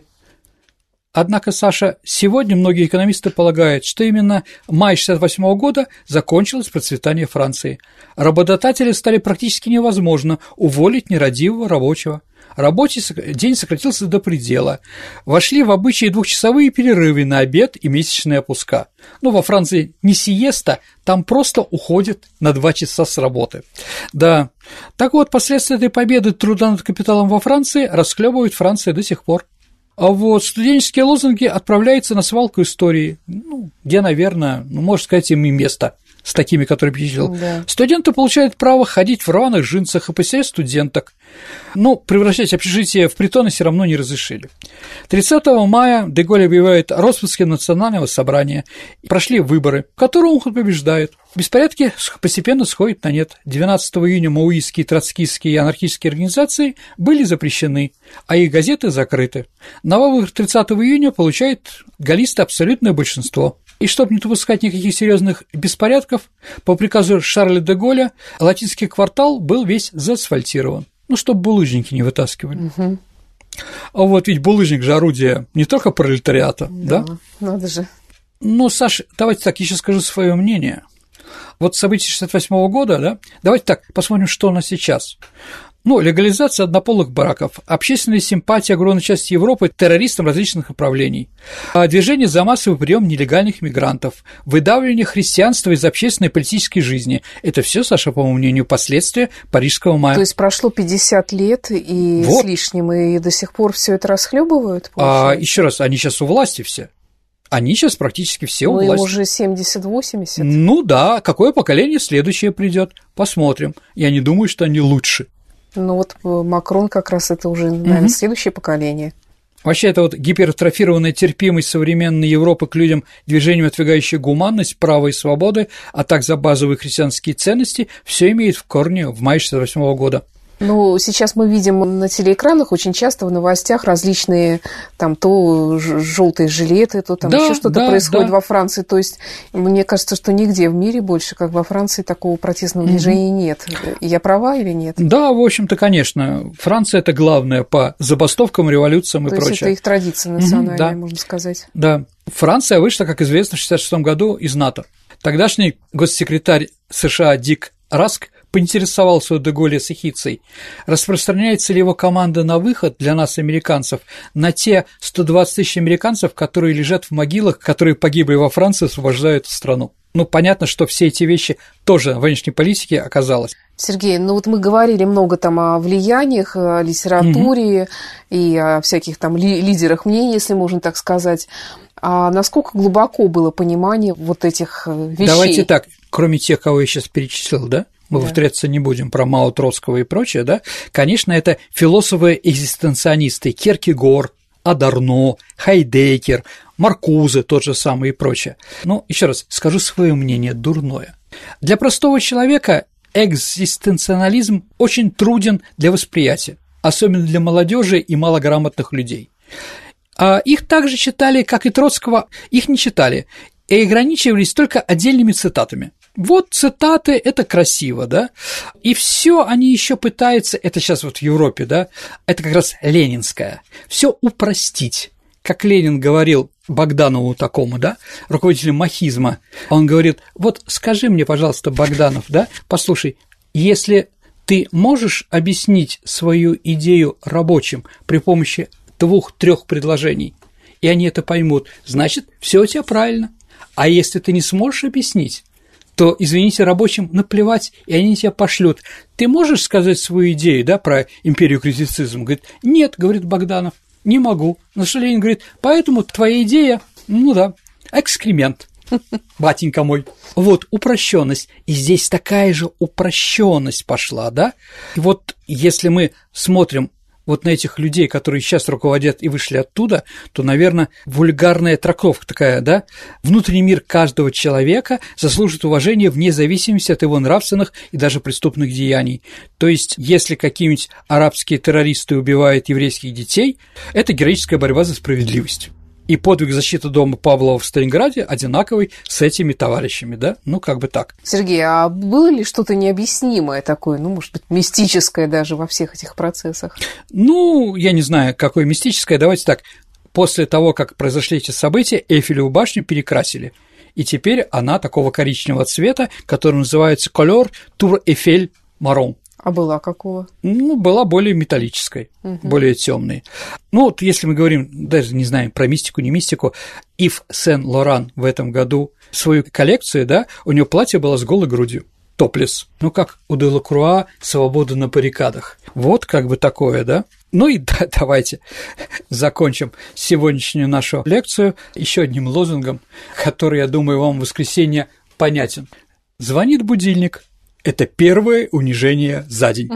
Однако, Саша, сегодня многие экономисты полагают, что именно май 1968 года закончилось процветание Франции. Работодатели стали практически невозможно уволить нерадивого рабочего. Рабочий день сократился до предела. Вошли в обычаи двухчасовые перерывы на обед и месячные отпуска. Во Франции не сиеста, там просто уходят на 2 часа с работы. Да, так вот, последствия этой победы труда над капиталом во Франции расхлебывает Франция до сих пор. А студенческие лозунги отправляются на свалку истории, где, наверное, можно сказать, им и место с такими, которые перечислил. Да. Студенты получают право ходить в рваных джинсах и поселять студенток. Превращать общежитие в притоны все равно не разрешили. 30 мая де Голль объявляет о распуске национального собрания. Прошли выборы, в которых он побеждает. Беспорядки постепенно сходят на нет. 12 июня маоистские, троцкистские и анархистские организации были запрещены, а их газеты закрыты. На выборах 30 июня получает галлисты абсолютное большинство. И чтобы не допускать никаких серьезных беспорядков, по приказу Шарля де Голля латинский квартал был весь заасфальтирован, чтобы булыжники не вытаскивали. Угу. А ведь булыжник же орудие не только пролетариата, да? Надо же. Саша, давайте так, я сейчас скажу свое мнение. События 1968 года, да, давайте так, посмотрим, что у нас сейчас. Легализация однополых браков, общественная симпатия огромной части Европы террористам различных направлений, движение за массовый прием нелегальных мигрантов, выдавливание христианства из общественной и политической жизни. Это все, Саша, по моему мнению, последствия Парижского мая. То есть прошло 50 лет и с лишним, и до сих пор все это расхлебывают? Еще раз, они сейчас у власти все. Они сейчас практически все у власти. Им уже 70-80. Да, какое поколение следующее придет? Посмотрим. Я не думаю, что они лучше. Макрон как раз это уже, наверное, следующее поколение. Вообще, это вот гипертрофированная терпимость современной Европы к людям, движением, отвергающей гуманность, право и свободы, а также базовые христианские ценности, все имеет в корне в мае 1968 года. Ну, сейчас мы видим на телеэкранах очень часто в новостях различные там то желтые жилеты, то там еще что-то происходит во Франции. То есть мне кажется, что нигде в мире больше, как во Франции, такого протестного движения нет. Я права или нет? Да, в общем-то, конечно. Франция – это главное по забастовкам, революциям и прочее. То есть это их традиция национальная, можно сказать. Да. Франция вышла, как известно, в 1966 году из НАТО. Тогдашний госсекретарь США Дик Раск поинтересовался у де Голля с Эхицей, распространяется ли его команда на выход для нас, американцев, на те 120 тысяч американцев, которые лежат в могилах, которые погибли во Франции, освобождая эту страну. Ну, понятно, что все эти вещи тоже в внешней политике оказалось. Сергей, ну вот мы говорили много там о влияниях, о литературе и о всяких там лидерах мнений, если можно так сказать. А насколько глубоко было понимание вот этих вещей? Давайте так, кроме тех, кого я сейчас перечислил, да? Мы повторяться не будем про Мао, Троцкого и прочее, да? Конечно, это философы-экзистенционисты Кierkegaard, Адарно, Хайдеггер, Маркузе тот же самый и прочее. Но еще раз скажу свое мнение дурное. Для простого человека экзистенциализм очень труден для восприятия, особенно для молодежи и малограмотных людей. А их также читали, как и Троцкого, их не читали и ограничивались только отдельными цитатами. Вот цитаты – это красиво, да, и все они еще пытаются, это сейчас вот в Европе, да, это как раз ленинское, все упростить. Как Ленин говорил Богданову такому, да, руководителю махизма, он говорит: вот скажи мне, пожалуйста, Богданов, да, послушай, если ты можешь объяснить свою идею рабочим при помощи 2-3 предложений, и они это поймут, значит, все у тебя правильно. А если ты не сможешь объяснить, то, извините, рабочим наплевать, и они тебя пошлют. Ты можешь сказать свою идею, да, про империю критицизма? Говорит: нет, говорит Богданов, не могу. На что Ленин говорит: поэтому твоя идея, ну да, экскремент, батенька мой. Вот упрощенность, и здесь такая же упрощенность пошла, да? И вот если мы смотрим вот на этих людей, которые сейчас руководят и вышли оттуда, то, наверное, вульгарная трактовка такая, да? Внутренний мир каждого человека заслужит уважения вне зависимости от его нравственных и даже преступных деяний. То есть, если какие-нибудь арабские террористы убивают еврейских детей, это героическая борьба за справедливость. И подвиг защиты дома Павлова в Сталинграде одинаковый с этими товарищами, да? Ну, как бы так. Сергей, а было ли что-то необъяснимое такое, ну, может быть, мистическое даже во всех этих процессах? Ну, я не знаю, какое мистическое. Давайте так, после того, как произошли эти события, Эйфелеву башню перекрасили, и теперь она такого коричневого цвета, который называется «Couleur Tour Eiffel Marron». А была какого? Ну, была более металлической, более темной. Ну, вот если мы говорим, даже не знаем про мистику, не мистику, Ив Сен-Лоран в этом году свою коллекцию, да, у него платье было с голой грудью, топлес. Ну, как у Делакруа «Свобода на баррикадах». Вот как бы такое, да. Ну и да, давайте закончим сегодняшнюю нашу лекцию еще одним лозунгом, который, я думаю, вам в воскресенье понятен. Звонит будильник. Это первое унижение за день.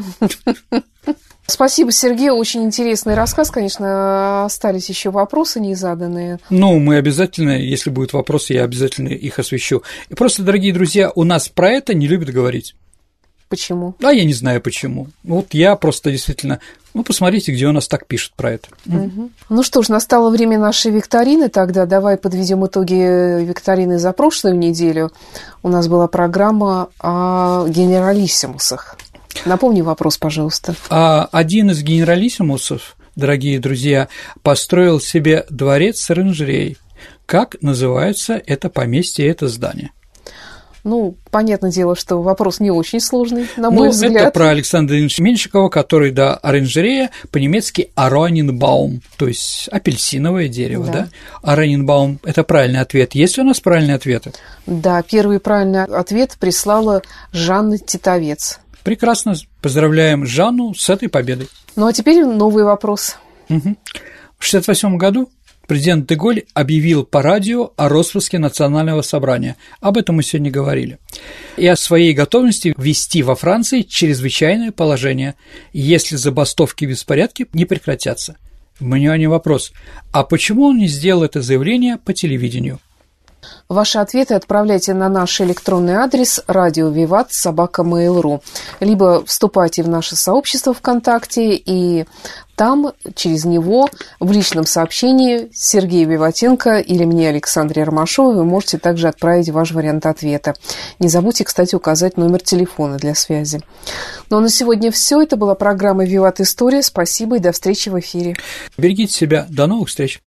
Спасибо, Сергей, очень интересный рассказ, конечно, остались еще вопросы незаданные. Ну, мы обязательно, если будут вопросы, я обязательно их освещу. И просто, дорогие друзья, у нас про это не любят говорить. Почему? А я не знаю почему. Вот я просто действительно... Ну, посмотрите, где у нас так пишут про это. Ну что ж, настало время нашей викторины тогда. Давай подведем итоги викторины за прошлую неделю. У нас была программа о генералиссимусах. Напомни вопрос, пожалуйста. Один из генералиссимусов, дорогие друзья, построил себе дворец с оранжереей. Как называется это поместье, это здание? Ну, понятное дело, что вопрос не очень сложный, на мой взгляд. Это про Александра Ильича Меньшикова, который, да, оранжерея, по-немецки Ораненбаум, то есть апельсиновое дерево, да? Ораненбаум – это правильный ответ. Есть ли у нас правильные ответы? Да, первый правильный ответ прислала Жанна Титовец. Прекрасно, поздравляем Жанну с этой победой. Ну, а теперь новый вопрос. В 1968 году президент де Голль объявил по радио о распуске Национального собрания. Об этом мы сегодня говорили. И о своей готовности ввести во Франции чрезвычайное положение, если забастовки и беспорядки не прекратятся. У меня не вопрос. А почему он не сделал это заявление по телевидению? Ваши ответы отправляйте на наш электронный адрес radiovivat@mail.ru, либо вступайте в наше сообщество ВКонтакте, и там, через него, в личном сообщении Сергею Виватенко или мне, Александре Ромашовой, вы можете также отправить ваш вариант ответа. Не забудьте, кстати, указать номер телефона для связи. Ну а на сегодня все. Это была программа «Виват История». Спасибо и до встречи в эфире. Берегите себя. До новых встреч.